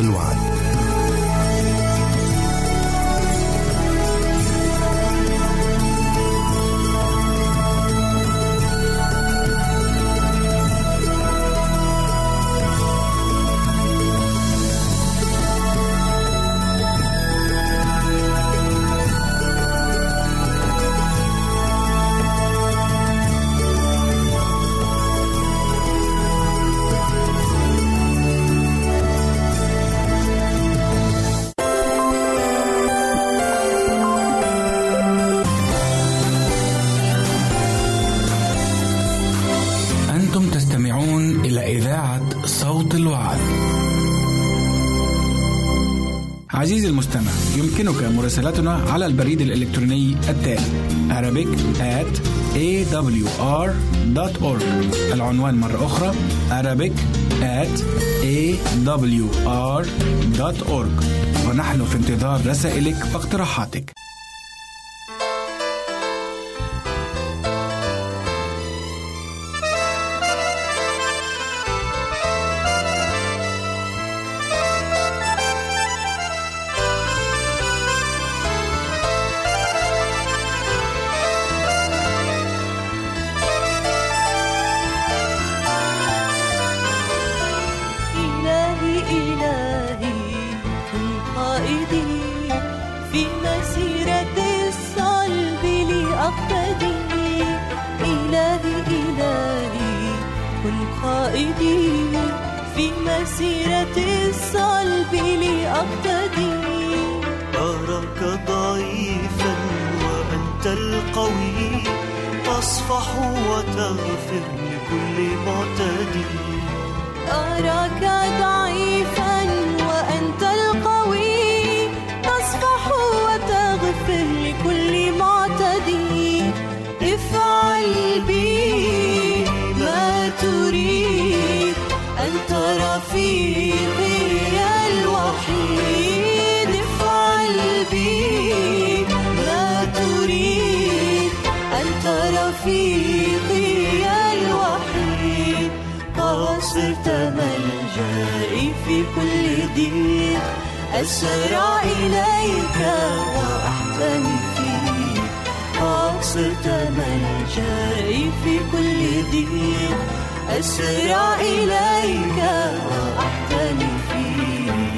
الوعد. صوت الوعد. عزيزي المستمع، يمكنك مراسلتنا على البريد الإلكتروني التالي arabic@awr.org. العنوان مرة أخرى arabic@awr.org، ونحن في انتظار رسائلك واقتراحاتك. في مسيرة الصلب لأقتدي. أراك ضعيفا وأنت القوي، تصفح وتغفر لكل معتدي. أراك ضعيفا وأنت القوي، تصفح وتغفر لكل معتدي. افعل بي ما تريد، أنت رفيقي الوحيد. افعل بي ما تريد، أنت رفيقي الوحيد. قد صرت ملجئي في كل ضيق، أسرع إليك وأحتمي فيك. قد صرت ملجئي في كل ضيق، أسرع إليك وأحتمي فيك.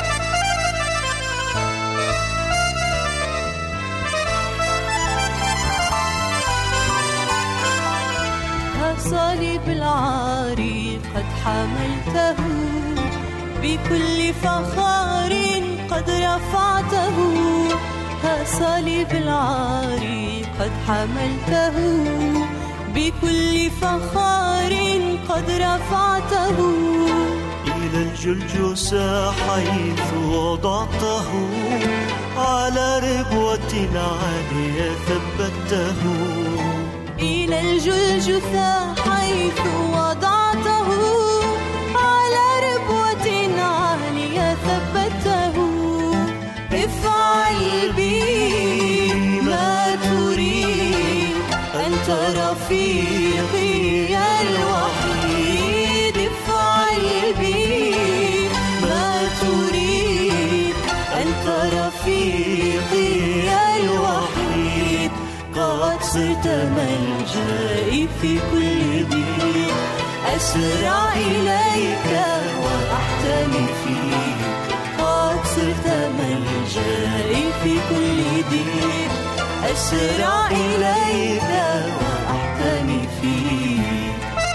صليب العاري قد حملته، بكل فخار قد رفعته. صليب العاري قد حملته، بكل فخار قد رفعته. إلى الجلجثة حيث وضعته، على ربوة عالية ثبته. إلى الجلجثة حيث وضعته، على ربوة عالية ثبته. افعل بي ما تريد، أنت رفيقي الوحيد. افعل بي ما تريد، أنت رفيقي الوحيد. قد صرت ملجئي في كل ضيق، أسرع إليك وأحتمي فيك. قد صرت ملجئي في كل ضيق، أسرع إليك وأحتمي فيك.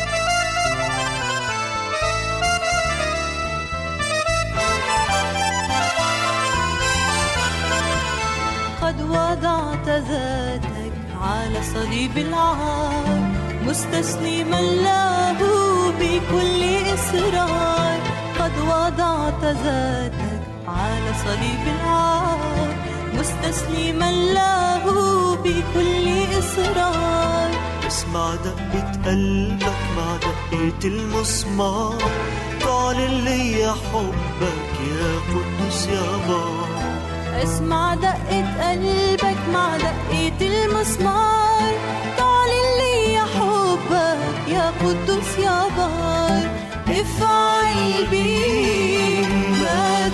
قد وضعت ذاتك على صليب العار، مستسلما له بكل إصرار. قد وضعت ذاتك على صليب العار، مستسلما له بكل إصرار. اسمع دقة قلبك مع دقة المسمار، تعلن لي حبك يا قدوس يا بار. اسمع دقة قلبك مع دقة المسمار، تعلن لي حبك يا قدوس يا بار. افعل بي ما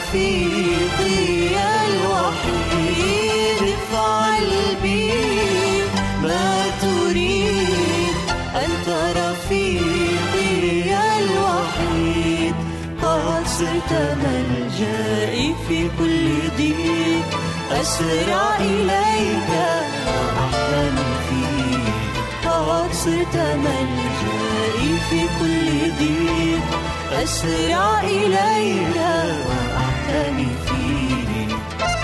رفيقي الوحيد افعل بي ما تريد. أنت رفيقي الوحيد قد صرت ملجئي في كل ضيق. أسرع إليك وأحتمي فيك. قد صرت ملجئي في كل ضيق. أسرع إليك وأحتمي فيك.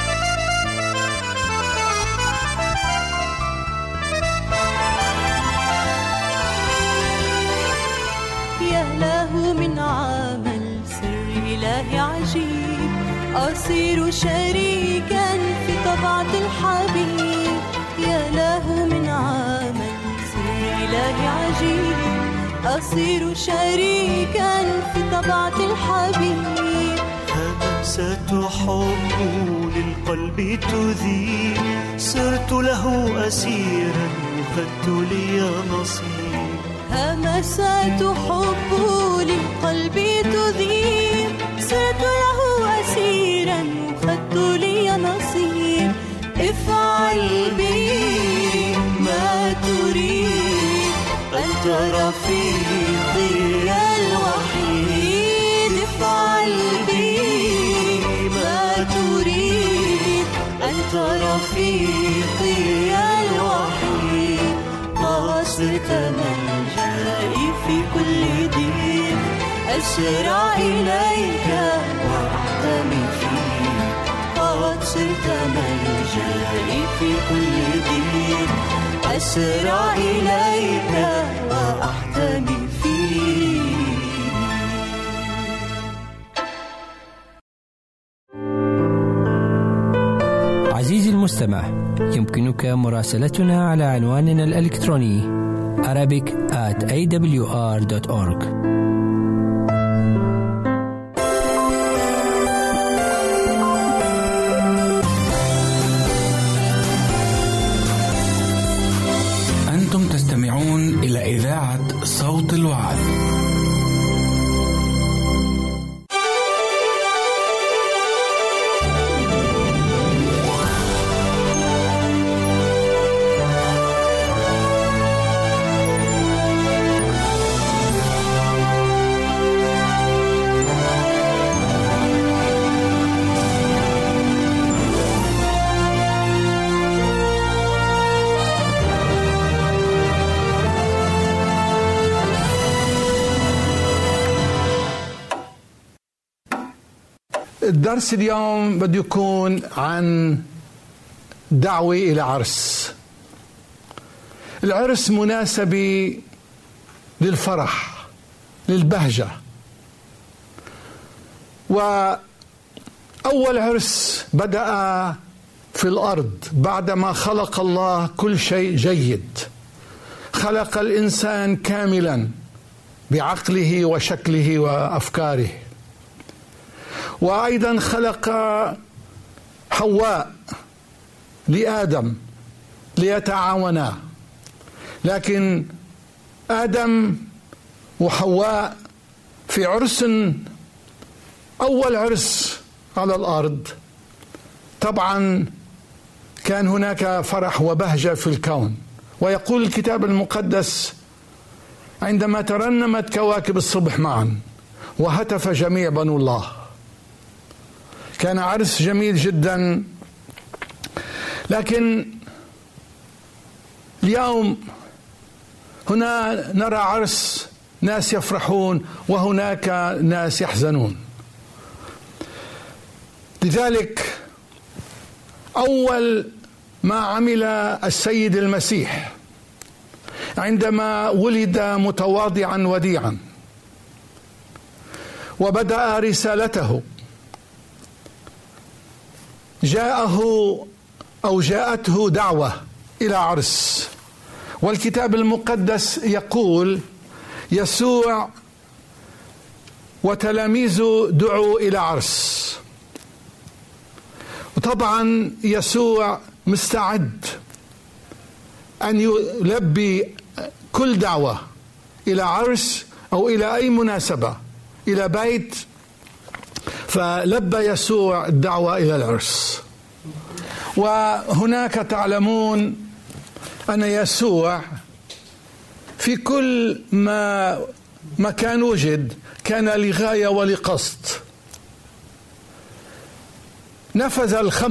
يا له من عمل سر إلهي عجيب. أصير شريكا في طبعة الحبيب. يا له من عمل سر إلهي عجيب. أصير شريكا في طبعة الحبيب. همسة حب للقلب تذيب. صرت له أسيرا وخدت لي نصيب. همسات حب للقلب تذيب. صرت له أسيرا وخدت لي نصيب. افعل بي ما تريد. أنت رفيقي الوحيد افعل بي ما تريد. أنت رفيقي الوحيد قد صرت ملجئي في كل ضيق. أسرع إليك وأحتمي فيك. قد صرت ملجئي في كل ضيق. أسرع إليك وأحتمي فيك. عزيزي المستمع، يمكنك مراسلتنا على عنواننا الإلكتروني arabic@awr.org. أنتم تستمعون إلى إذاعة صوت الوعد. الدرس اليوم بده يكون عن دعوة إلى عرس. العرس مناسبة للفرح، للبهجة. وأول عرس بدأ في الأرض بعدما خلق الله كل شيء جيد. خلق الإنسان كاملا بعقله وشكله وأفكاره. وأيضا خلق حواء لآدم ليتعاونا. لكن آدم وحواء في عرس، أول عرس على الأرض، طبعا كان هناك فرح وبهجة في الكون. ويقول الكتاب المقدس: عندما ترنمت كواكب الصبح معا وهتف جميع بنو الله. كان عرس جميل جدا. لكن اليوم هنا نرى عرس ناس يفرحون وهناك ناس يحزنون. لذلك أول ما عمل السيد المسيح عندما ولد متواضعا وديعا وبدأ رسالته، جاءته دعوة إلى عرس. والكتاب المقدس يقول: يسوع وتلاميذه دعوا إلى عرس. وطبعا يسوع مستعد أن يلبي كل دعوة إلى عرس أو إلى أي مناسبة إلى بيت فلبى يسوع الدعوة إلى العرس. وهناك تعلمون أن يسوع في كل ما كان وجد كان لغاية ولقصد. نفذ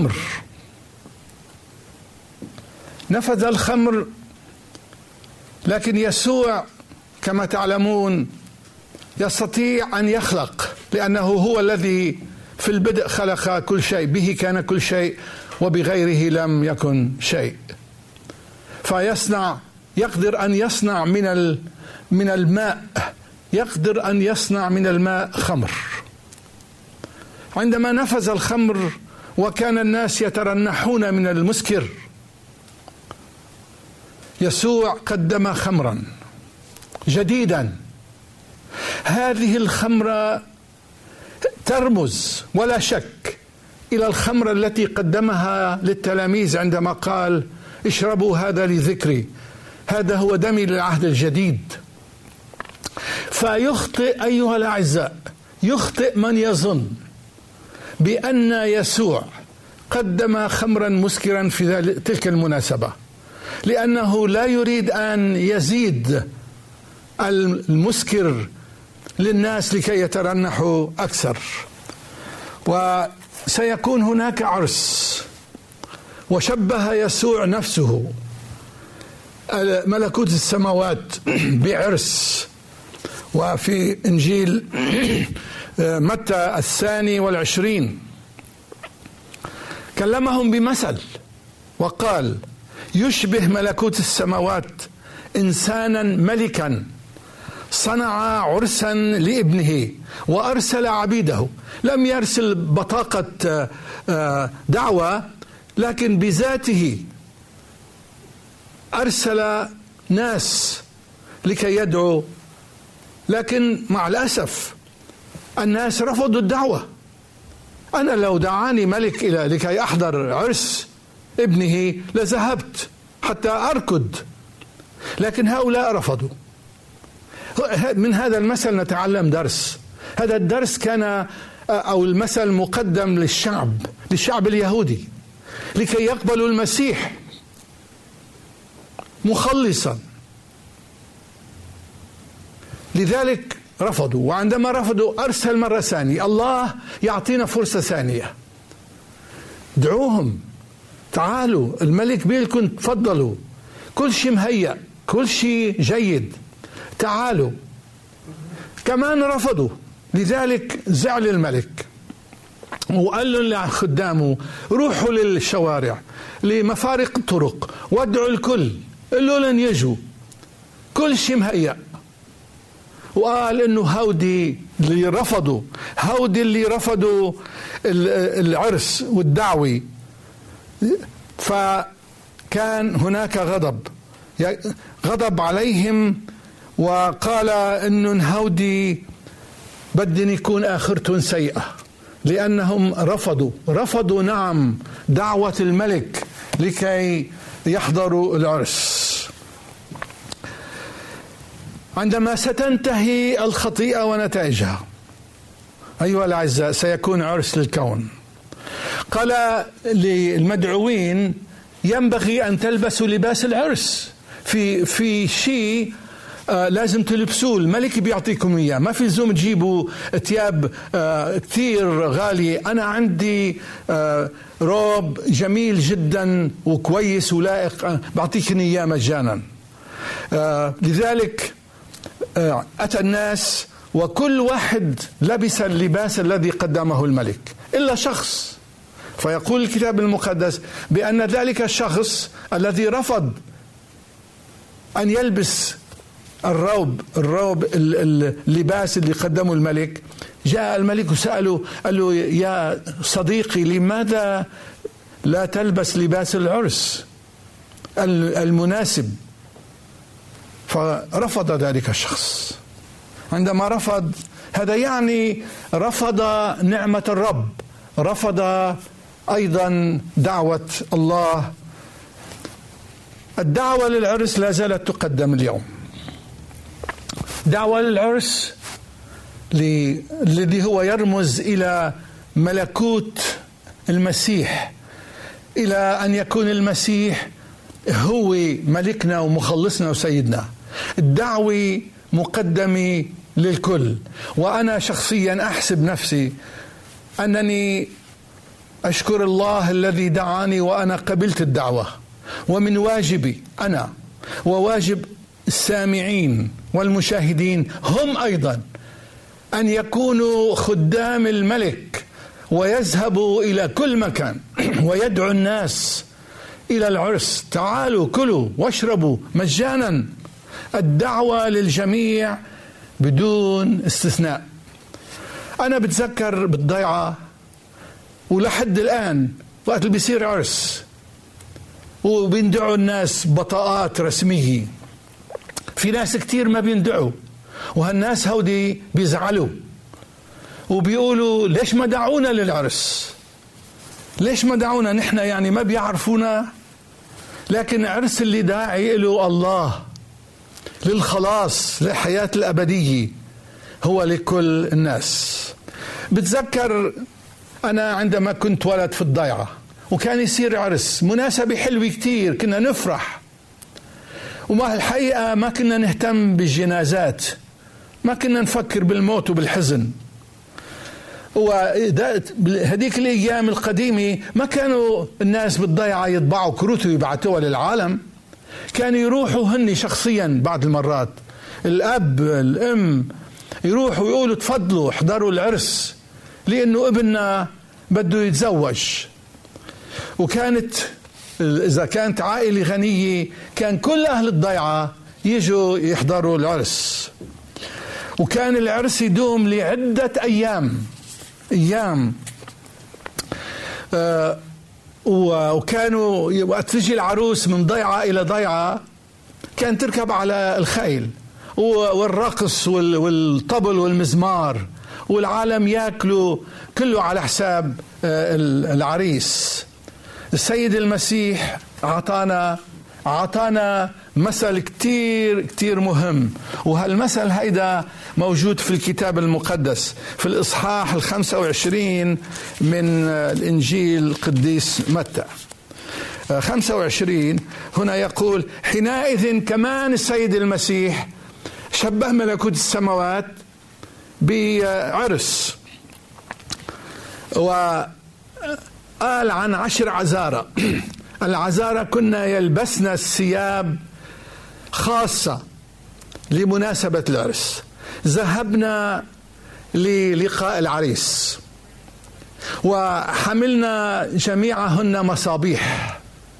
الخمر، لكن يسوع كما تعلمون يستطيع أن يخلق، لأنه هو الذي في البدء خلق كل شيء، به كان كل شيء وبغيره لم يكن شيء. يقدر أن يصنع من الماء، يقدر أن يصنع من الماء خمر. عندما نفذ الخمر وكان الناس يترنحون من المسكر، يسوع قدم خمرا جديدا. هذه الخمرة ترمز ولا شك إلى الخمرة التي قدمها للتلاميذ عندما قال: اشربوا هذا لذكري، هذا هو دمي للعهد الجديد. فيخطئ أيها الأعزاء، يخطئ من يظن بأن يسوع قدم خمرا مسكرا في تلك المناسبة، لأنه لا يريد أن يزيد المسكر للناس لكي يترنحوا أكثر. وسيكون هناك عرس، وشبه يسوع نفسه ملكوت السماوات بعرس. وفي إنجيل متى 22 كلمهم بمثل وقال: يشبه ملكوت السماوات إنسانا ملكا صنع عرسا لابنه وأرسل عبيده. لم يرسل بطاقة دعوة، لكن بذاته أرسل ناس لكي يدعو. لكن مع الأسف الناس رفضوا الدعوة. أنا لو دعاني ملك لكي أحضر عرس ابنه لذهبت حتى أركض، لكن هؤلاء رفضوا. من هذا المثل نتعلم درس. هذا الدرس كان أو المثل مقدم للشعب اليهودي لكي يقبلوا المسيح مخلصا. لذلك رفضوا، وعندما رفضوا أرسل مرة ثانية. الله يعطينا فرصة ثانية. دعوهم، تعالوا، الملك بيلكم، تفضلوا، كل شيء مهيأ، كل شيء جيد، تعالوا. كمان رفضوا. لذلك زعل الملك وقال لخدامه: روحوا للشوارع، لمفارق الطرق، وادعوا الكل، قالوا لن يجوا، كل شيء مهيأ. وقال انه هودي اللي رفضوا العرس والدعوة. فكان هناك غضب عليهم، وقال انه هودي بدن يكون آخرتهم سيئة، لأنهم رفضوا نعم دعوة الملك لكي يحضروا العرس. عندما ستنتهي الخطيئة ونتائجها أيها الأعزاء سيكون عرس للكون. قال للمدعوين: ينبغي أن تلبسوا لباس العرس. في شيء لازم تلبسوه، الملك بيعطيكم إياه، ما في لزوم تجيبوا ثياب كثير غالية. أنا عندي روب جميل جدا وكويس ولائق، بعطيكني إياه مجانا. لذلك أتى الناس وكل واحد لبس اللباس الذي قدمه الملك إلا شخص. فيقول الكتاب المقدس بأن ذلك الشخص الذي رفض أن يلبس الروب اللباس اللي قدمه الملك، جاء الملك وسأله، قال له: يا صديقي، لماذا لا تلبس لباس العرس المناسب؟ فرفض ذلك الشخص. عندما رفض، هذا يعني رفض نعمة الرب، رفض أيضا دعوة الله. الدعوة للعرس لا زالت تقدم اليوم. دعوة للعرس الذي هو يرمز إلى ملكوت المسيح، إلى أن يكون المسيح هو ملكنا ومخلصنا وسيدنا. الدعوة مقدمة للكل، وأنا شخصيا أحسب نفسي أنني أشكر الله الذي دعاني وأنا قبلت الدعوة، ومن واجبي أنا وواجب السامعين والمشاهدين هم أيضا أن يكونوا خدام الملك ويذهبوا إلى كل مكان ويدعو الناس إلى العرس. تعالوا كلوا واشربوا مجانا. الدعوة للجميع بدون استثناء. أنا بتذكر بالضيعة ولحد الآن وقت اللي بيصير عرس وبيندعوا الناس بطاقات رسمية، في ناس كتير ما بيندعوا، وهالناس هودي بيزعلوا وبيقولوا ليش ما دعونا للعرس؟ ليش ما دعونا؟ نحن يعني ما بيعرفونا؟ لكن عرس اللي داعي له الله للخلاص للحياة الأبدية هو لكل الناس. بتذكر أنا عندما كنت ولد في الضيعة وكان يصير عرس، مناسبة حلوة كتير، كنا نفرح، وما الحقيقة ما كنا نهتم بالجنازات، ما كنا نفكر بالموت وبالحزن. وهديك الأيام القديمة ما كانوا الناس بالضيعة يطبعوا كروت ويبعتوها للعالم، كانوا يروحوا هني شخصيا بعض المرات، الأب الأم يروحوا يقولوا تفضلوا احضروا العرس لأنه ابننا بده يتزوج. وكانت إذا كانت عائلة غنية كان كل أهل الضيعة يجوا يحضروا العرس، وكان العرس يدوم لعدة أيام وكانوا وقت تجي العروس من ضيعة إلى ضيعة كان تركب على الخيل، والرقص والطبل والمزمار، والعالم ياكلوا كله على حساب العريس. السيد المسيح عطانا مثل كتير كتير مهم، وهالمثل هيدا موجود في الكتاب المقدس في الإصحاح 25 من الإنجيل القديس متى 25. هنا يقول: حينئذ كمان السيد المسيح شبه ملكوت السماوات بعرس، وقال عن 10 عذارى. العذارى كنا يلبسنا الثياب خاصة لمناسبة العرس. ذهبنا للقاء العريس وحملنا جميعهن مصابيح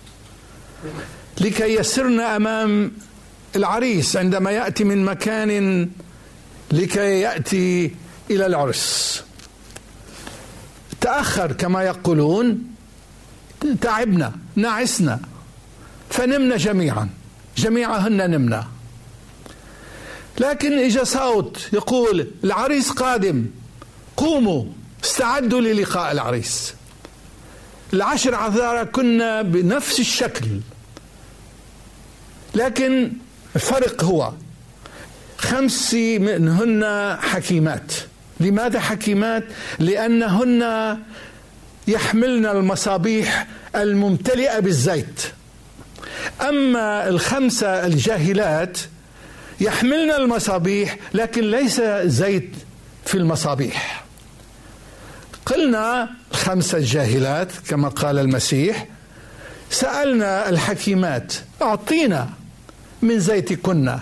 لكي يسرنا أمام العريس عندما يأتي من مكان لكي يأتي إلى العرس. تأخر كما يقولون، تعبنا نعسنا فنمنا جميعهن نمنا. لكن إجا صوت يقول: العريس قادم، قوموا استعدوا للقاء العريس. 10 عذارى كنا بنفس الشكل، لكن الفرق هو 5 منهن حكيمات. لماذا حكيمات؟ لأنهن يحملن المصابيح الممتلئة بالزيت، أما 5 الجاهلات يحملن المصابيح لكن ليس زيت في المصابيح. قلنا 5 الجاهلات كما قال المسيح، سألنا الحكيمات: أعطينا من زيتكن،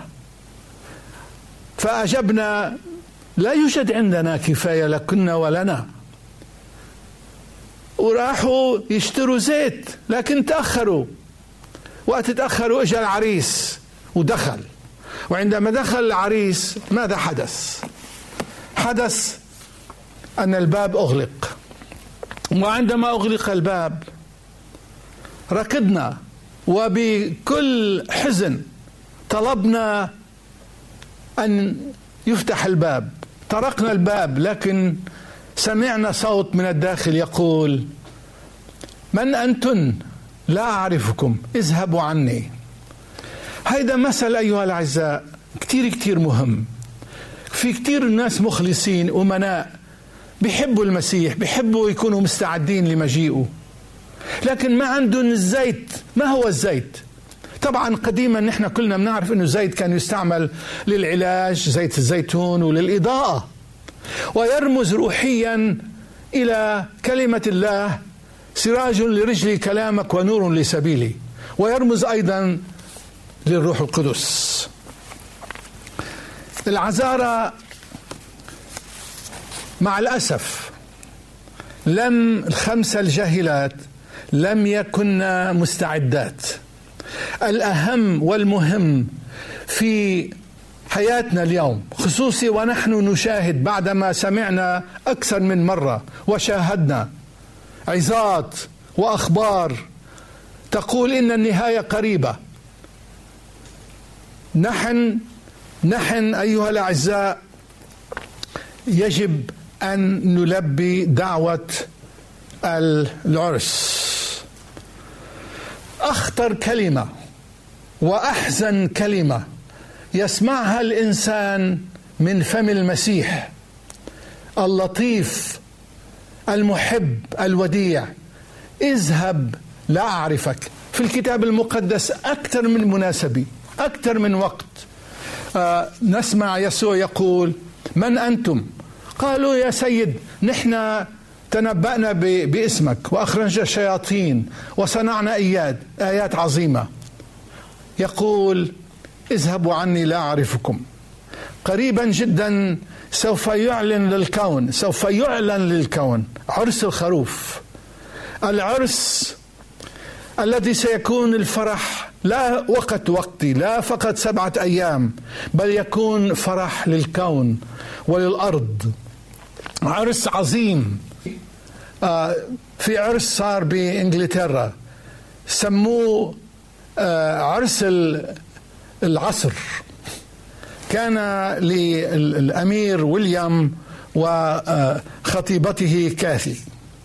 فأجبنا: لا يوجد عندنا كفاية لكن ولنا. وراحوا يشتروا زيت لكن تأخروا. وقت تأخروا اجى العريس ودخل، وعندما دخل العريس ماذا حدث؟ حدث أن الباب أغلق، وعندما أغلق الباب ركضنا وبكل حزن طلبنا أن يفتح الباب. طرقنا الباب لكن سمعنا صوت من الداخل يقول: من أنتن؟ لا أعرفكم، اذهبوا عني. هيدا مثل أيها الأعزاء كتير كتير مهم. في كتير ناس مخلصين أمناء بيحبوا المسيح، بيحبوا يكونوا مستعدين لمجيئه، لكن ما عندهم الزيت. ما هو الزيت؟ طبعا قديما نحن كلنا بنعرف انه الزيت كان يستعمل للعلاج، زيت الزيتون، وللإضاءة، ويرمز روحيا إلى كلمة الله: سراج لرجلي كلامك ونور لسبيلي، ويرمز أيضا للروح القدس. العذارى مع الأسف الخمسة الجاهلات لم يكن مستعدات. الأهم والمهم في حياتنا اليوم خصوصي ونحن نشاهد بعدما سمعنا أكثر من مرة وشاهدنا عظات وأخبار تقول إن النهاية قريبة، نحن أيها الأعزاء يجب أن نلبي دعوة العرس. أخطر كلمة وأحزن كلمة يسمعها الإنسان من فم المسيح اللطيف المحب الوديع: اذهب لا أعرفك. في الكتاب المقدس أكثر من مناسبة، أكثر من وقت نسمع يسوع يقول: من أنتم؟ قالوا: يا سيد نحن تنبأنا باسمك وأخرجنا الشياطين وصنعنا آيات عظيمة. يقول: اذهبوا عني لا أعرفكم. قريبا جدا سوف يعلن للكون عرس الخروف، العرس الذي سيكون الفرح لا وقتي، لا فقط 7 أيام، بل يكون فرح للكون وللأرض. عرس عظيم. في عرس صار بإنجلترا سموه عرس العصر، كان للأمير ويليام وخطيبته كاثي.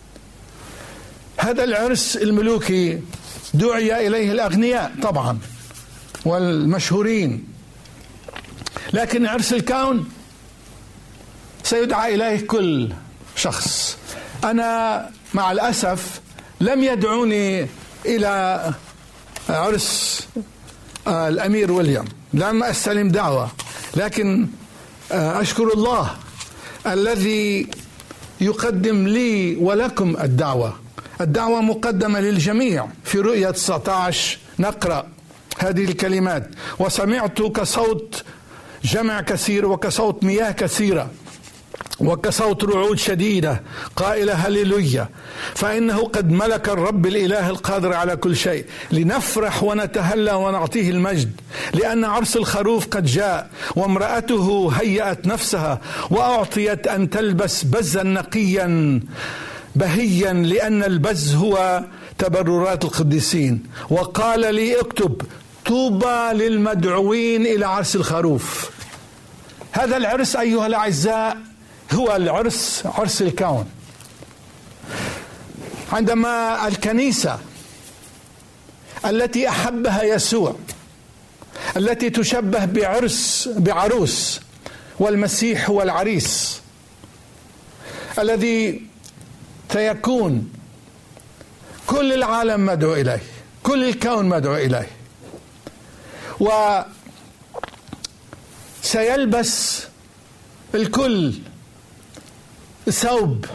هذا العرس الملوكي دعي إليه الأغنياء طبعا والمشهورين، لكن عرس الكون سيدعى إليه كل شخص. أنا مع الأسف لم يدعوني إلى عرس الأمير ويليام، لم أستلم دعوة، لكن أشكر الله الذي يقدم لي ولكم الدعوة مقدمة للجميع. في رؤية 19 نقرأ هذه الكلمات: وسمعت كصوت جمع كثير وكصوت مياه كثيرة وكصوت رعود شديدة قائلة: هللويا، فإنه قد ملك الرب الإله القادر على كل شيء، لنفرح ونتهلى ونعطيه المجد، لأن عرس الخروف قد جاء، وامرأته هيأت نفسها وأعطيت أن تلبس بزا نقيا بهيا، لأن البز هو تبررات القديسين. وقال لي: اكتب: طوبى للمدعوين إلى عرس الخروف. هذا العرس أيها الأعزاء هو عرس الكون. عندما الكنيسة التي أحبها يسوع، التي تشبه بعروس، والمسيح هو العريس الذي سيكون كل العالم مدعو إليه، كل الكون مدعو إليه، وسيلبس الكل ثوب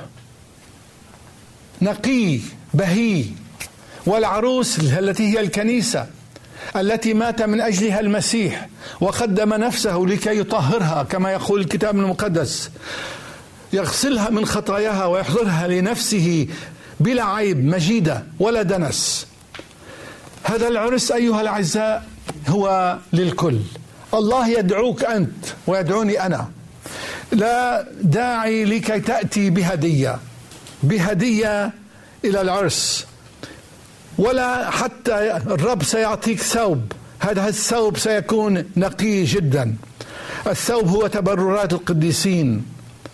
نقي بهي، والعروس التي هي الكنيسة التي مات من أجلها المسيح وقدم نفسه لكي يطهرها كما يقول الكتاب المقدس، يغسلها من خطاياها ويحضرها لنفسه بلا عيب مجيدة ولا دنس. هذا العرس أيها الأعزاء هو للكل. الله يدعوك أنت ويدعوني أنا. لا داعي لكي تأتي بهدية إلى العرس، ولا حتى الرب سيعطيك ثوب. هذا الثوب سيكون نقي جدا. الثوب هو تبررات القديسين.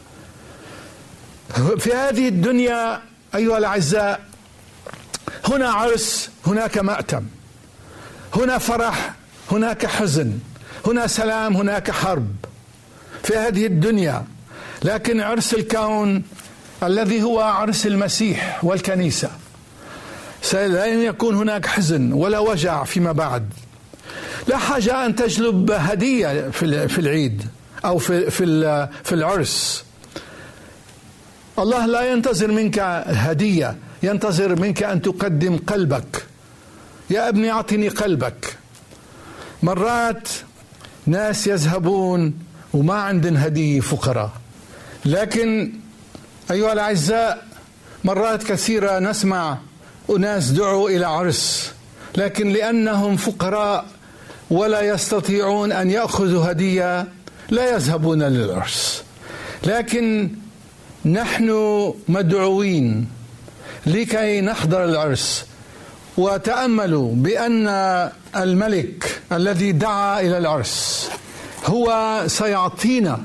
في هذه الدنيا أيها الأعزاء هنا عرس، هناك مأتم، هنا فرح، هناك حزن، هنا سلام، هناك حرب في هذه الدنيا. لكن عرس الكون الذي هو عرس المسيح والكنيسة لن يكون هناك حزن ولا وجع فيما بعد. لا حاجة أن تجلب هدية في العيد أو في العرس. الله لا ينتظر منك هدية، ينتظر منك أن تقدم قلبك. يا ابني أعطني قلبك. مرات ناس يذهبون وما عندهم هدية، فقراء. لكن أيها الأعزاء، مرات كثيرة نسمع أناس دعوا إلى عرس، لكن لأنهم فقراء ولا يستطيعون أن يأخذوا هدية لا يذهبون للعرس. لكن نحن مدعوين لكي نحضر العرس. وتأملوا بأن الملك الذي دعا إلى العرس هو سيعطينا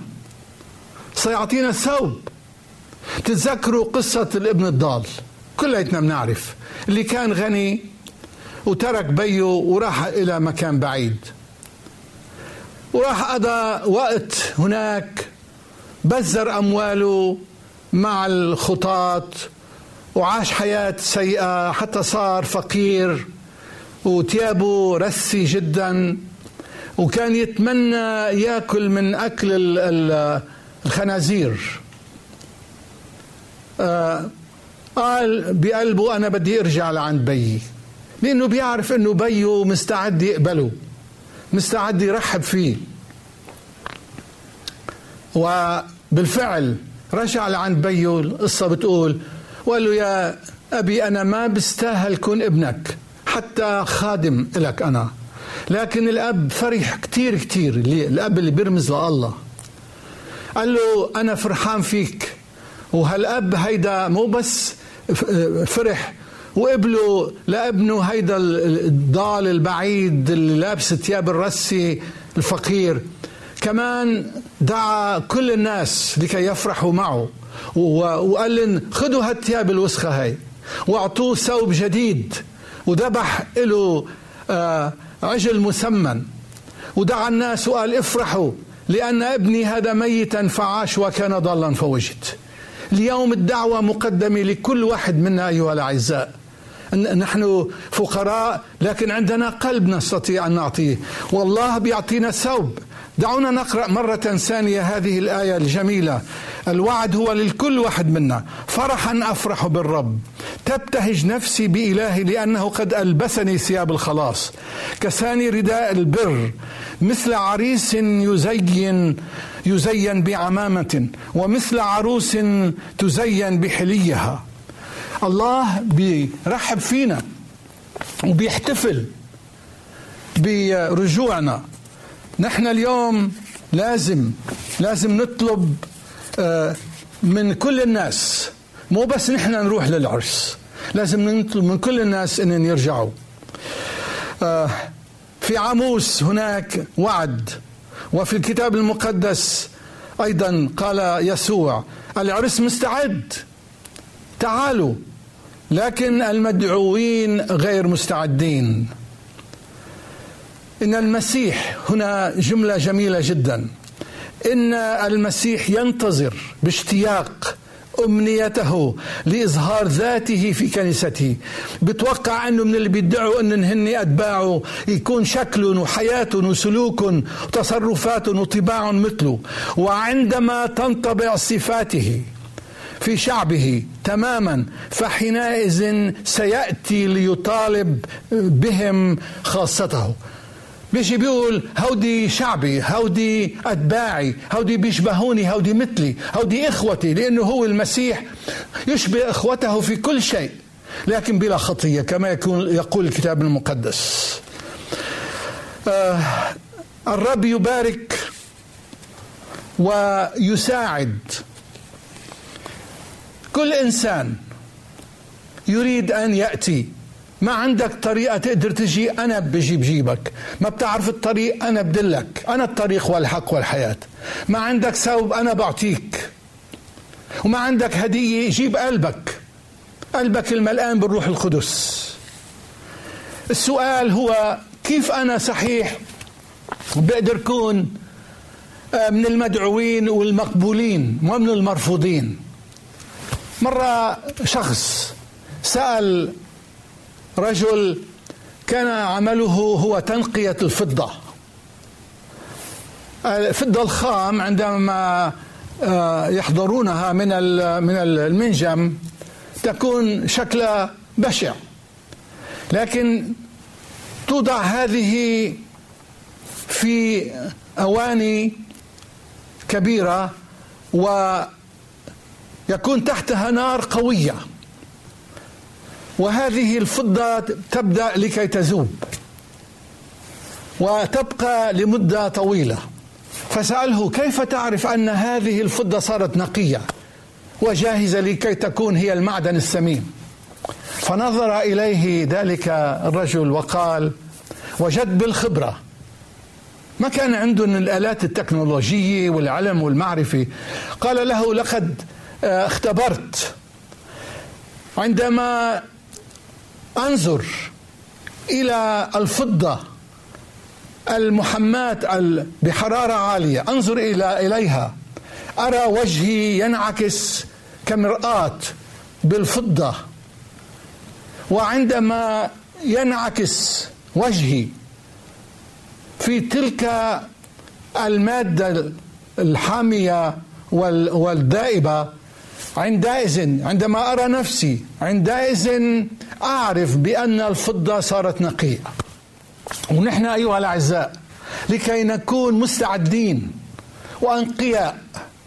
ثوب. تتذكروا قصة الابن الضال، كلنا بنعرف، اللي كان غني وترك بيه وراح إلى مكان بعيد، وراح قضى وقت هناك، بذر أمواله مع الخطاة وعاش حياة سيئة حتى صار فقير وثيابه رثي جدا، وكان يتمنى يأكل من أكل الخنازير. قال بقلبه أنا بدي أرجع لعند بيي، لأنه بيعرف أنه بيه مستعد يقبله، مستعد يرحب فيه. وبالفعل رجع لعند بيه. القصة بتقول وقال له يا أبي أنا ما بستاهل كون ابنك، حتى خادم لك أنا. لكن الأب فرح كتير كتير، الأب اللي بيرمز لله. قال له أنا فرحان فيك. وهالأب هيدا مو بس فرح وقبله لابنه هيدا الضال البعيد اللي لابس ثياب الرسي الفقير، كمان دعا كل الناس لكي يفرحوا معه، وقال لهم خذوا هالثياب الوسخة هاي، واعطوه ثوب جديد، وذبح له عجل مثمن، ودعا الناس وقال افرحوا لأن ابني هذا ميتا فعاش وكان ضالا فوجد. اليوم الدعوة مقدمة لكل واحد منا أيها الأعزاء. نحن فقراء لكن عندنا قلب نستطيع أن نعطيه، والله بيعطينا ثوب. دعونا نقرأ مرة ثانية هذه الآية الجميلة. الوعد هو للكل واحد منا. فرحا أفرح بالرب، تبتهج نفسي بإلهي لأنه قد ألبسني ثياب الخلاص، كساني رداء البر، مثل عريس يزين بعمامة، ومثل عروس تزين بحليها. الله بيرحب فينا وبيحتفل برجوعنا. نحن اليوم لازم نطلب من كل الناس، مو بس نحن نروح للعرس، لازم نطلب من كل الناس أن يرجعوا. في عاموس هناك وعد، وفي الكتاب المقدس أيضا قال يسوع العرس مستعد، تعالوا، لكن المدعوين غير مستعدين. إن المسيح، هنا جملة جميلة جدا، إن المسيح ينتظر باشتياق أمنيته لإظهار ذاته في كنيسته. بتوقع أنه من اللي بيدعوا أن هن أتباعه يكون شكل وحياة وسلوك وتصرفات وطباع مثله، وعندما تنطبع صفاته في شعبه تماما فحينئذ سيأتي ليطالب بهم خاصته. بيجي بيقول هودي شعبي، هودي أتباعي، هودي بيشبهوني، هودي مثلي، هودي إخوتي، لأنه هو المسيح يشبه إخوته في كل شيء لكن بلا خطية كما يقول الكتاب المقدس. الرب يبارك ويساعد كل إنسان يريد أن يأتي. ما عندك طريقة تقدر تجي، أنا بجيبك. ما بتعرف الطريق، أنا بدلك، أنا الطريق والحق والحياة. ما عندك ثوب، أنا بعطيك. وما عندك هدية، جيب قلبك الملآن بالروح القدس. السؤال هو كيف أنا صحيح بقدر أكون من المدعوين والمقبولين ومن المرفوضين؟ مرة شخص سأل رجل كان عمله هو تنقية الفضة الخام، عندما يحضرونها من المنجم تكون شكلها بشع، لكن توضع هذه في أواني كبيرة ويكون تحتها نار قوية، وهذه الفضة تبدأ لكي تذوب وتبقى لمدة طويلة. فسأله كيف تعرف أن هذه الفضة صارت نقية وجاهزة لكي تكون هي المعدن الثمين؟ فنظر إليه ذلك الرجل وقال وجد بالخبرة، ما كان عندهم الآلات التكنولوجية والعلم والمعرفة. قال له لقد اختبرت عندما أنظر إلى الفضة المحماة بحرارة عالية، أنظر إليها أرى وجهي ينعكس كمرآة بالفضة، وعندما ينعكس وجهي في تلك المادة الحامية والدائبة، عندما أرى نفسي عندئذ أعرف بأن الفضة صارت نقية. ونحن أيها الأعزاء لكي نكون مستعدين وأنقياء،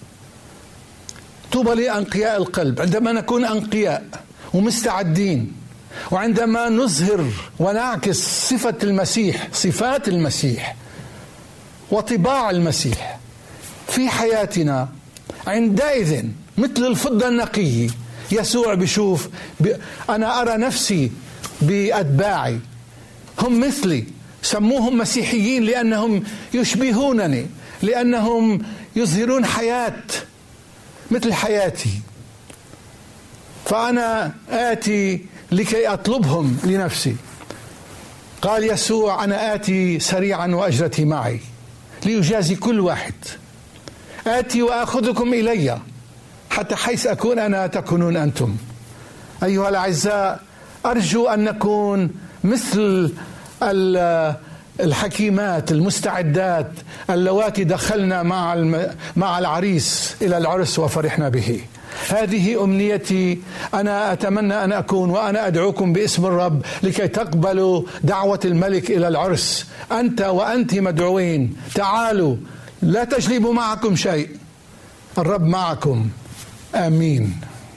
طوبى لأنقياء القلب، عندما نكون أنقياء ومستعدين، وعندما نظهر ونعكس صفة المسيح، صفات المسيح وطباع المسيح في حياتنا، عندئذ مثل الفضة النقية يسوع بيشوف أنا أرى نفسي بأتباعي هم مثلي، سموهم مسيحيين لأنهم يشبهونني، لأنهم يظهرون حياة مثل حياتي، فأنا آتي لكي أطلبهم لنفسي. قال يسوع أنا آتي سريعا وأجرتي معي ليجازي كل واحد، آتي وأخذكم إلي حتى حيث أكون أنا تكونون أنتم. أيها الأعزاء، أرجو أن نكون مثل الحكيمات المستعدات اللواتي دخلنا مع العريس إلى العرس وفرحنا به. هذه أمنيتي، أنا أتمنى أن أكون، وأنا أدعوكم باسم الرب لكي تقبلوا دعوة الملك إلى العرس. أنت وأنت مدعوين، تعالوا، لا تجلبوا معكم شيء، الرب معكم. آمين.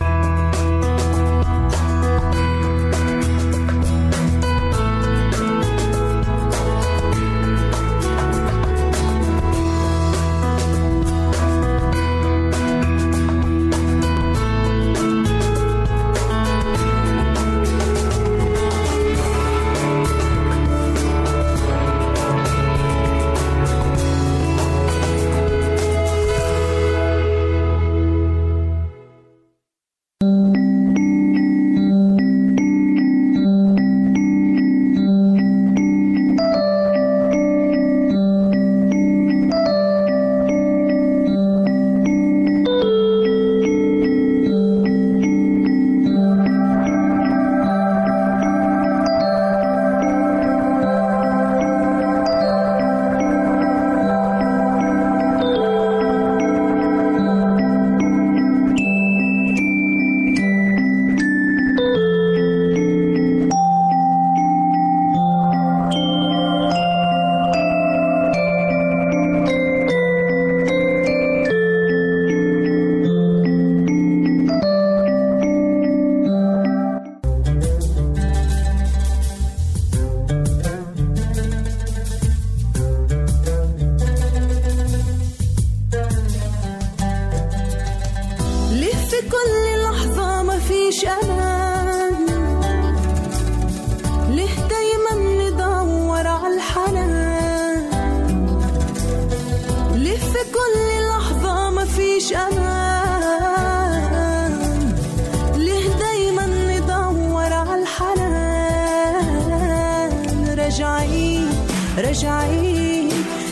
راجعين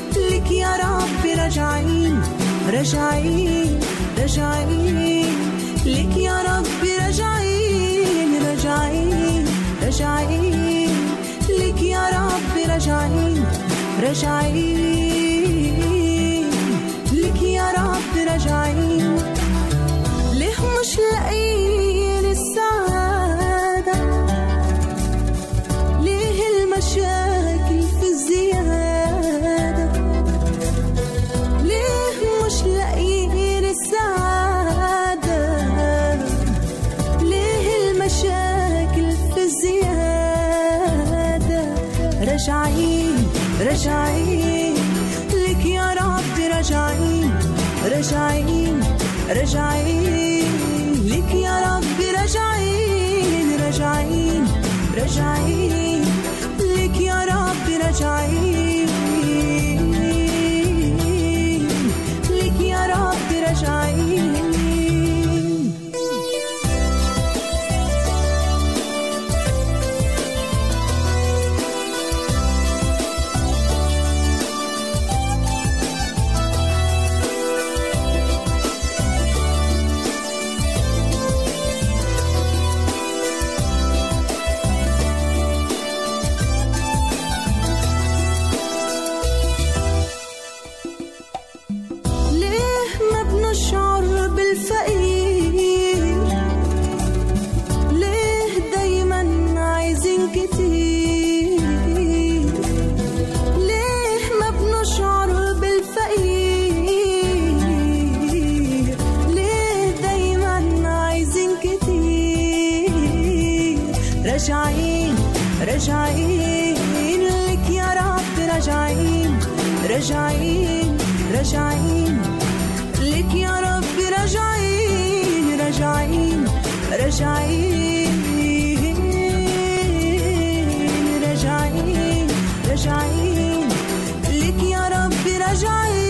لك يا ربي، راجعين راجعين راجعين لك يا ربي، راجعين لك يا رب، راجعين راجعين لك يا رب، راجعين ليه مش لاقيين السعادة، ليه المشاكل في الزيادة، ليه مش لاقيين السعادة، ليه المشاكل في الزيادة، راجعين راجعين لك يا رب، راجعين راجعين راجعين لك يا رب، راجعين راجعين راجعين لك يا رب، راجعين لك يا رب، راجعين. راجعين راجعين لك يا رب، راجعين راجعين راجعين لك يا رب، راجعين راجعين راجعين راجعين راجعين لك يا رب، راجعين.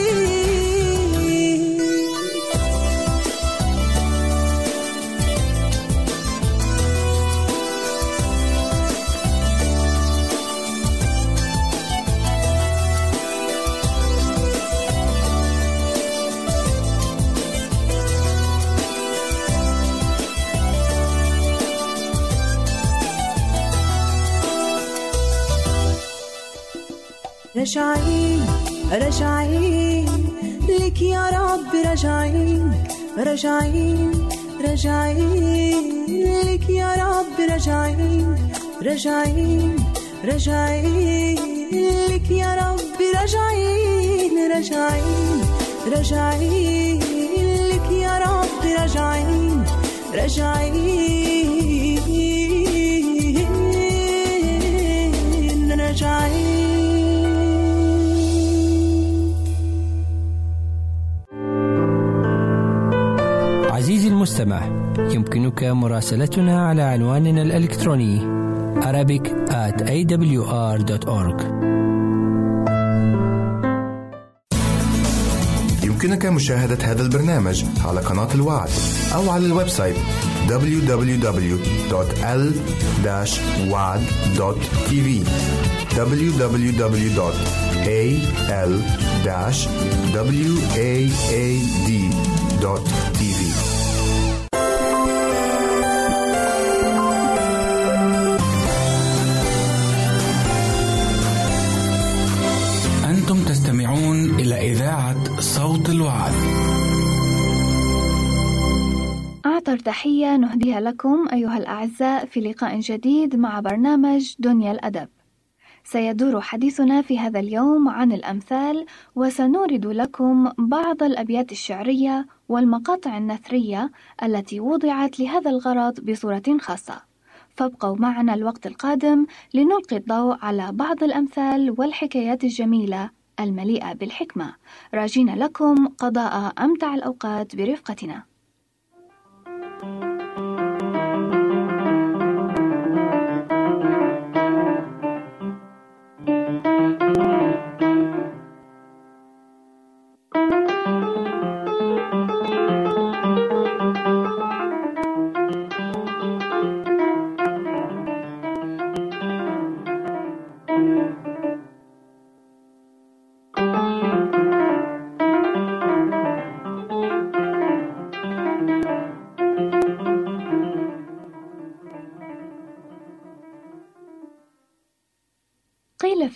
راجعين راجعين لك يا رب، راجعين راجعين راجعين لك يا رب، راجعين راجعين راجعين لك يا رب، راجعين راجعين راجعين لك يا رب، راجعين راجعين راجعين. عزيزي المستمع، يمكنك مراسلتنا على عنواننا الإلكتروني arabic@awr.org. يمكنك مشاهدة هذا البرنامج على قناة الوعد أو على الويب سايت www.al-wad.tv www.al-waad.tv. أنتم تستمعون إلى إذاعة صوت الوعد. أعطر تحية نهديها لكم أيها الأعزاء في لقاء جديد مع برنامج دنيا الأدب. سيدور حديثنا في هذا اليوم عن الأمثال، وسنورد لكم بعض الأبيات الشعرية والمقاطع النثرية التي وضعت لهذا الغرض بصورة خاصة. فابقوا معنا الوقت القادم لنلقي الضوء على بعض الأمثال والحكايات الجميلة المليئة بالحكمة، راجين لكم قضاء أمتع الأوقات برفقتنا.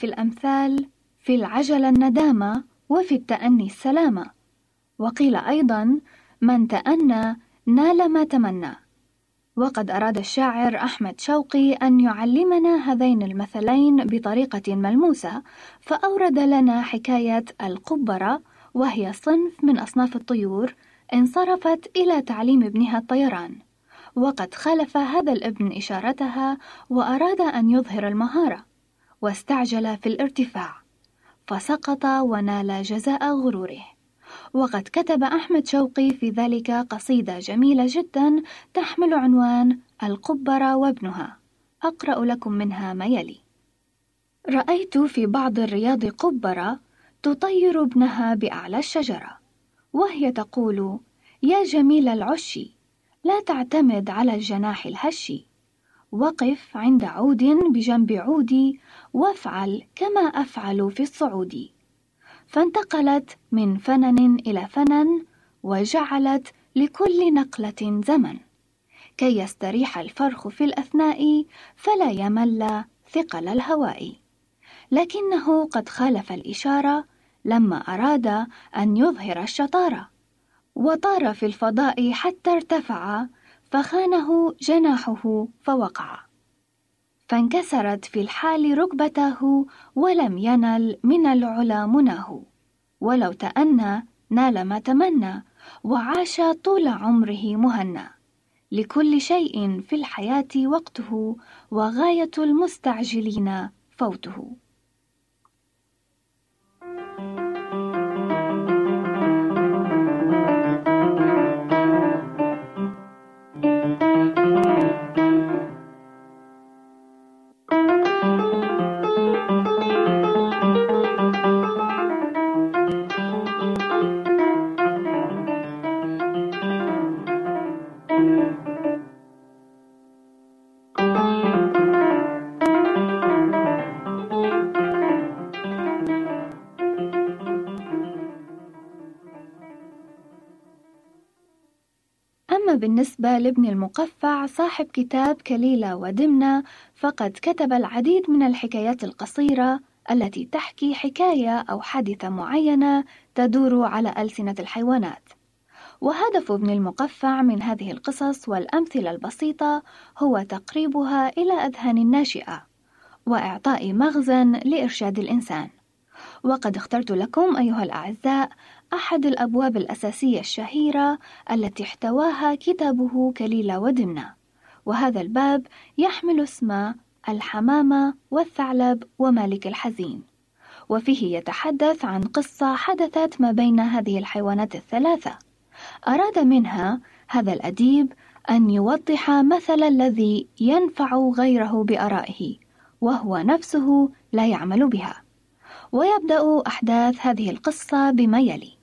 في الأمثال: في العجلة الندامة، وفي التأني السلامة. وقيل أيضا: من تأنى نال ما تمنى. وقد أراد الشاعر أحمد شوقي أن يعلمنا هذين المثلين بطريقة ملموسة، فأورد لنا حكاية القبرة، وهي صنف من أصناف الطيور انصرفت إلى تعليم ابنها الطيران، وقد خالف هذا الابن إشارتها وأراد أن يظهر المهارة، واستعجل في الارتفاع فسقط ونال جزاء غروره. وقد كتب أحمد شوقي في ذلك قصيدة جميلة جدا تحمل عنوان القبرة وابنها، أقرأ لكم منها ما يلي: رأيت في بعض الرياض قبرة تطير ابنها بأعلى الشجرة، وهي تقول: يا جميل العش، لا تعتمد على الجناح الهش، وقف عند عود بجنب عودي، وافعل كما أفعل في الصعود. فانتقلت من فنن إلى فنن، وجعلت لكل نقلة زمن، كي يستريح الفرخ في الأثناء، فلا يمل ثقل الهواء. لكنه قد خالف الإشارة لما أراد أن يظهر الشطارة، وطار في الفضاء حتى ارتفع، فخانه جناحه فوقع، فانكسرت في الحال ركبته، ولم ينل من العلا مناه. ولو تأنى نال ما تمنى، وعاش طول عمره مهنى. لكل شيء في الحياة وقته، وغاية المستعجلين فوته. أما بالنسبة لابن المقفع صاحب كتاب كليلة ودمنة، فقد كتب العديد من الحكايات القصيرة التي تحكي حكاية أو حادثة معينة تدور على ألسنة الحيوانات. وهدف ابن المقفع من هذه القصص والأمثلة البسيطة هو تقريبها إلى أذهان الناشئة، وإعطاء مغزى لإرشاد الإنسان. وقد اخترت لكم أيها الأعزاء أحد الأبواب الأساسية الشهيرة التي احتواها كتابه كليلة ودمنة، وهذا الباب يحمل اسم الحمامة والثعلب ومالك الحزين، وفيه يتحدث عن قصة حدثت ما بين هذه الحيوانات الثلاثة. أراد منها هذا الأديب أن يوضح مثل الذي ينفع غيره بآرائه، وهو نفسه لا يعمل بها. ويبدأ أحداث هذه القصة بما يلي: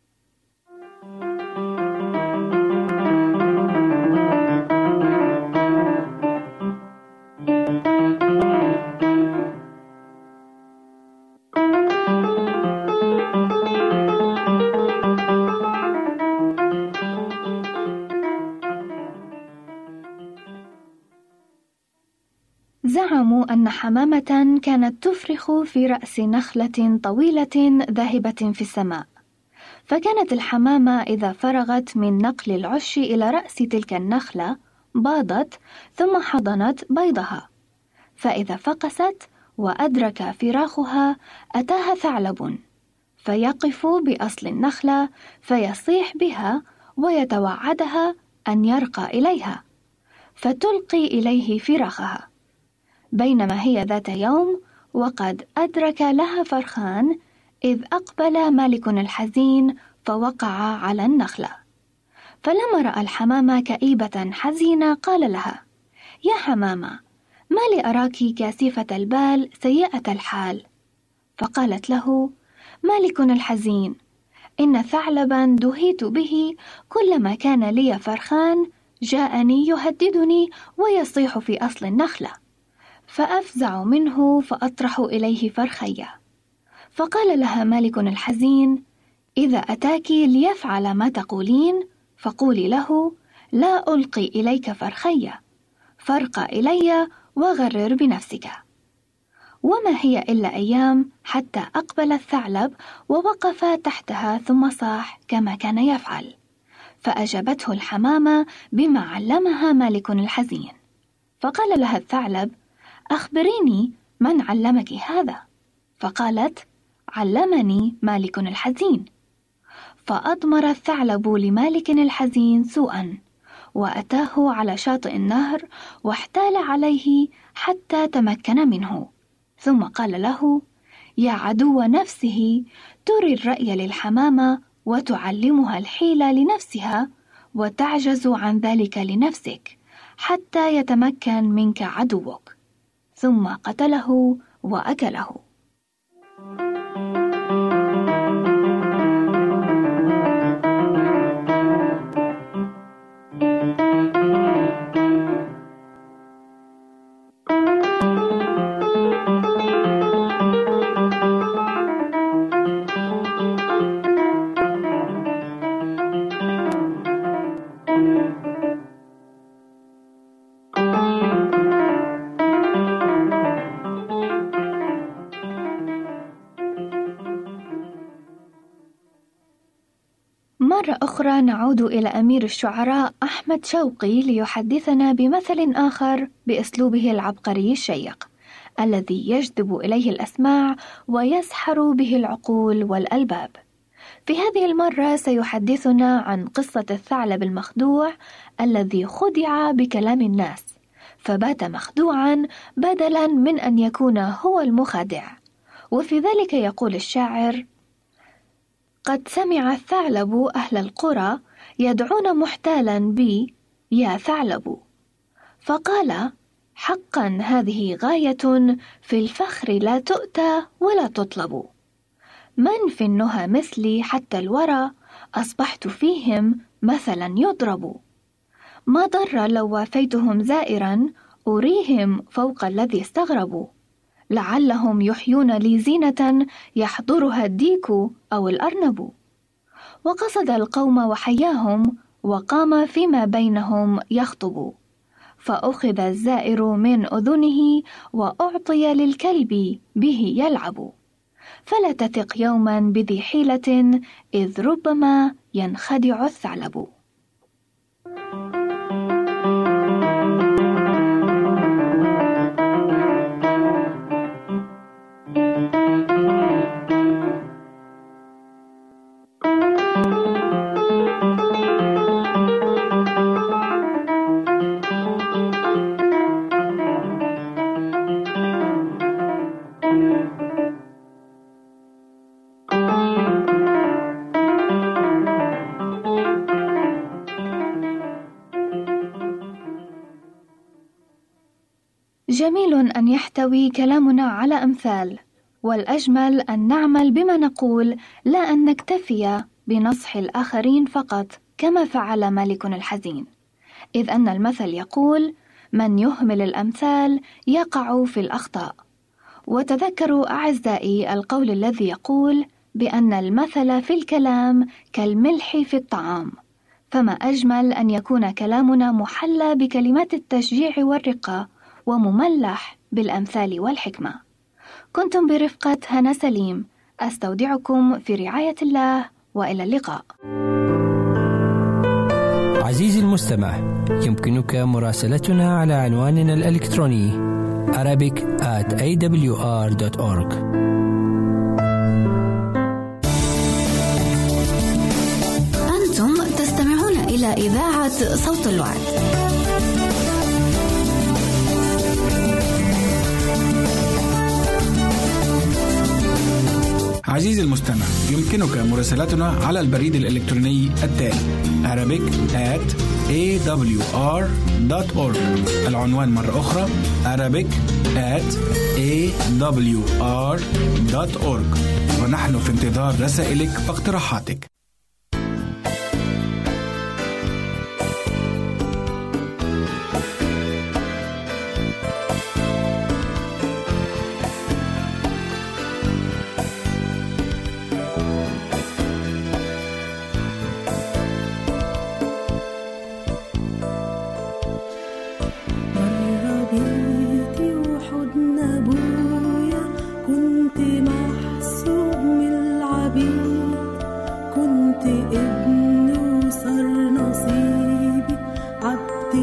زعموا أن حمامة كانت تفرخ في رأس نخلة طويلة ذاهبة في السماء، فكانت الحمامة إذا فرغت من نقل العش إلى رأس تلك النخلة باضت ثم حضنت بيضها، فإذا فقست وأدرك فراخها أتاها ثعلب فيقف بأصل النخلة فيصيح بها ويتوعدها أن يرقى إليها فتلقي إليه فراخها. بينما هي ذات يوم وقد أدرك لها فرخان، إذ أقبل مالك الحزين فوقع على النخلة، فلما رأى الحمامة كئيبة حزينة قال لها: يا حمامة، ما لي أراك كاسفة البال سيئة الحال؟ فقالت له: مالك الحزين، إن ثعلبا دهيت به كلما كان لي فرخان جاءني يهددني ويصيح في أصل النخلة، فأفزع منه فأطرح إليه فرخية. فقال لها مالك الحزين: إذا أتاك ليفعل ما تقولين فقولي له: لا ألقي إليك فرخية، فارق إلي وغرر بنفسك. وما هي إلا أيام حتى أقبل الثعلب ووقف تحتها ثم صاح كما كان يفعل. فأجابته الحمامة بما علمها مالك الحزين. فقال لها الثعلب: أخبريني من علمك هذا؟ فقالت: علمني مالك الحزين. فأضمر الثعلب لمالك الحزين سوءا، وأتاه على شاطئ النهر واحتال عليه حتى تمكن منه، ثم قال له: يا عدو نفسه، تري الرأي للحمامة وتعلمها الحيلة لنفسها، وتعجز عن ذلك لنفسك حتى يتمكن منك عدوك. ثم قتله وأكله. مرة أخرى نعود إلى أمير الشعراء أحمد شوقي ليحدثنا بمثل آخر بأسلوبه العبقري الشيق الذي يجذب إليه الأسماع ويسحر به العقول والألباب. في هذه المرة سيحدثنا عن قصة الثعلب المخدوع الذي خدع بكلام الناس فبات مخدوعا بدلا من أن يكون هو المخادع. وفي ذلك يقول الشاعر: قد سمع الثعلب أهل القرى يدعون محتالا بي يا ثعلب، فقال: حقا هذه غاية في الفخر لا تؤتى ولا تطلب. من في النهى مثلي حتى الورى أصبحت فيهم مثلا يضرب. ما ضر لو وافيتهم زائرا أريهم فوق الذي استغربوا، لعلهم يحيون لي زينة يحضرها الديك أو الأرنب. وقصد القوم وحياهم وقام فيما بينهم يخطب، فأخذ الزائر من أذنه وأعطي للكلب به يلعب. فلا تثق يوما بذي حيلة إذ ربما ينخدع الثعلب. جميل أن يحتوي كلامنا على أمثال، والأجمل أن نعمل بما نقول لا أن نكتفي بنصح الآخرين فقط كما فعل مالك الحزين، إذ أن المثل يقول: من يهمل الأمثال يقع في الأخطاء. وتذكروا أعزائي القول الذي يقول بأن المثل في الكلام كالملح في الطعام، فما أجمل أن يكون كلامنا محلى بكلمات التشجيع والرقة ومملح بالأمثال والحكمة. كنتم برفقة هنا سليم، أستودعكم في رعاية الله، وإلى اللقاء. عزيزي المستمع، يمكنك مراسلتنا على عنواننا الإلكتروني arabic@awr.org. أنتم تستمعون إلى إذاعة صوت الوعد. عزيزي المستمع، يمكنك مراسلتنا على البريد الإلكتروني التالي arabic@awr.org. العنوان مرة أخرى arabic@awr.org، ونحن في انتظار رسائلك واقتراحاتك. بيتي وحضن أبويا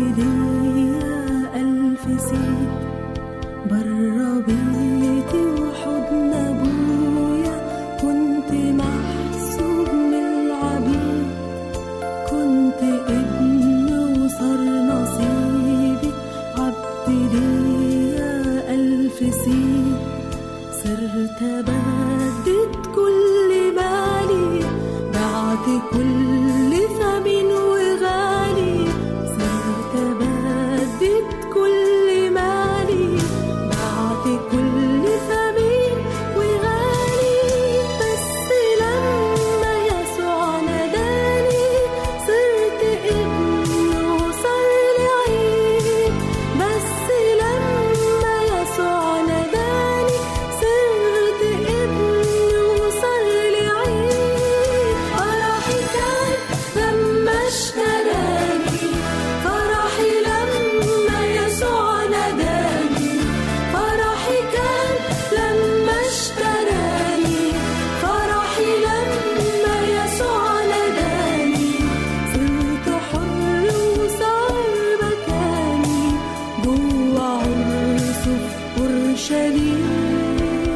ليا ألف سيد برا بيتي وحضن أبويا، كنت محسوب من العبيد، كنت ابن وصار نصيبي عبد ليا ألف سيد. صرت بدد كل مالي، بعت كل ثمين وغالي، صرت بدد كل مالي، بعت كل ثمين وغالي. بس لما يسوع ناداني صرت ابن وصار لي عيد، بس لما يسوع ناداني صرت ابن وصار لي عيد. فرحي كان لما اشتراني، فرحي لما يسوع ناداني، فرحي كان لما اشتراني، فرحي لما يسوع ناداني. صرت حر وصار مكاني جوا عرسه في أورشليم.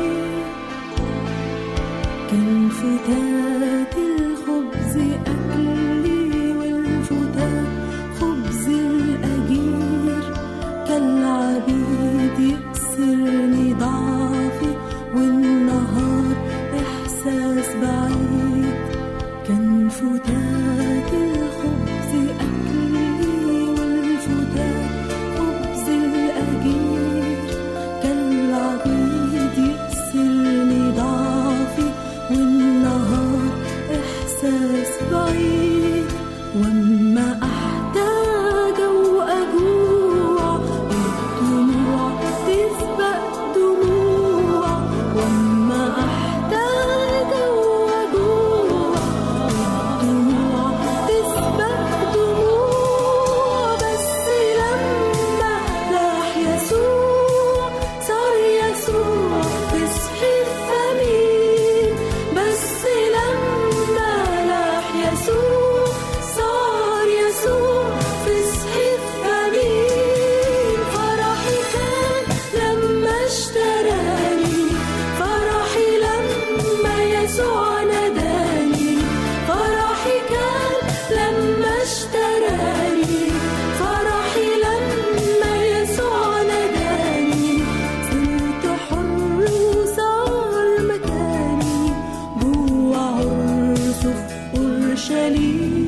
كان فتات الخبز أكلي والفتات خبز الأجير، كالعبيد يكسرني ضعفي والنهار إحساس بعيد. كان فتات الخبز أكلي والفتات خبز الأجير، كالعبيد يكسرني ضعفي والنهار إحساس بعيد. وأما أحتاج وأجوع الدموع تسبق دموع، وأما أحتاج وأجوع الدموع تسبق دموع. بس لما راح يسوع صار يسوع تصحي الثمين، بس لما راح يسوع صار يسوع تصحي الثمين. فرحي كان لما اشتراني، فرحي لما يسوع ناداني، فرحي كان لما اشتراني، فرحي لما يسوع ناداني. صرت حر وصار مكاني جوا عرسه في أورشليم.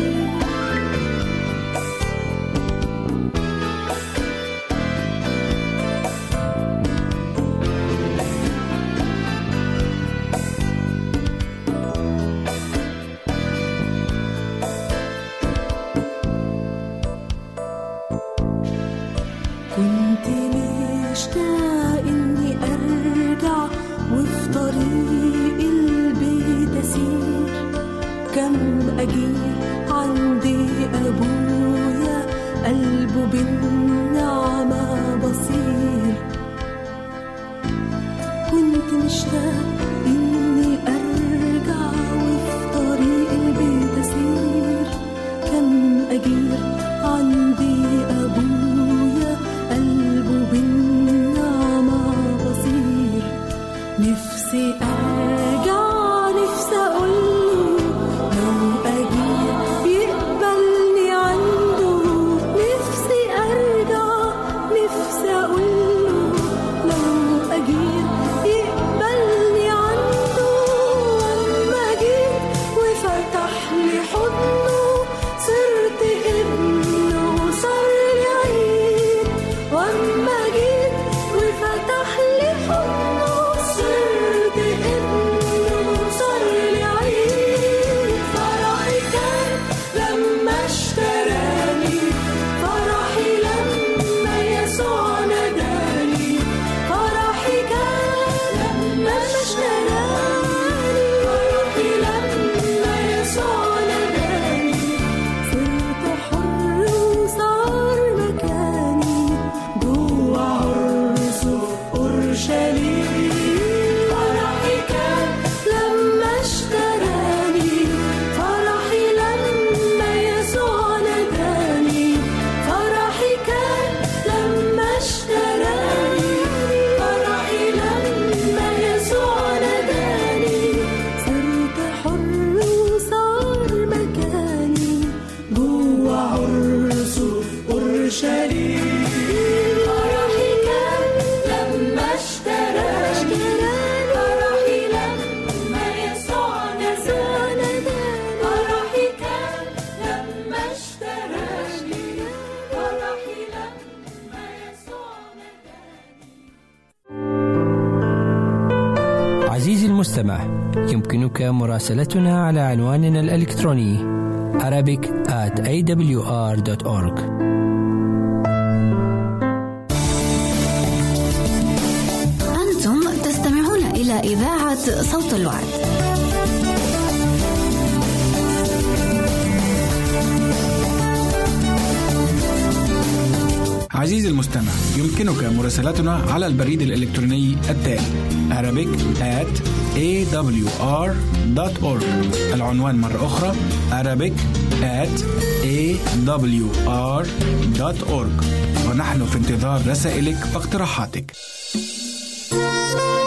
كنت مشتاق إني أرجع وفي طريق البيت أسير، كم أجير عندي أبويا قلبه بالنعمة بصير. كنت مشتاق إني أرجع وفي طريق البيت أسير، كم أجير عندي أبويا قلبه بالنعمة بصير. نفسي أرجع، نفسي أقوله لو أجير يقبلني عنده، نفسي أرجع المستمع، يمكنك مراسلتنا على عنواننا الإلكتروني arabic@awr.org. أنتم تستمعون إلى إذاعة صوت الوعد. عزيزي المستمع، يمكنك مراسلتنا على البريد الإلكتروني التالي arabic@awr.org. العنوان مرة أخرى arabic@awr.org، ونحن في انتظار رسائلك واقتراحاتك.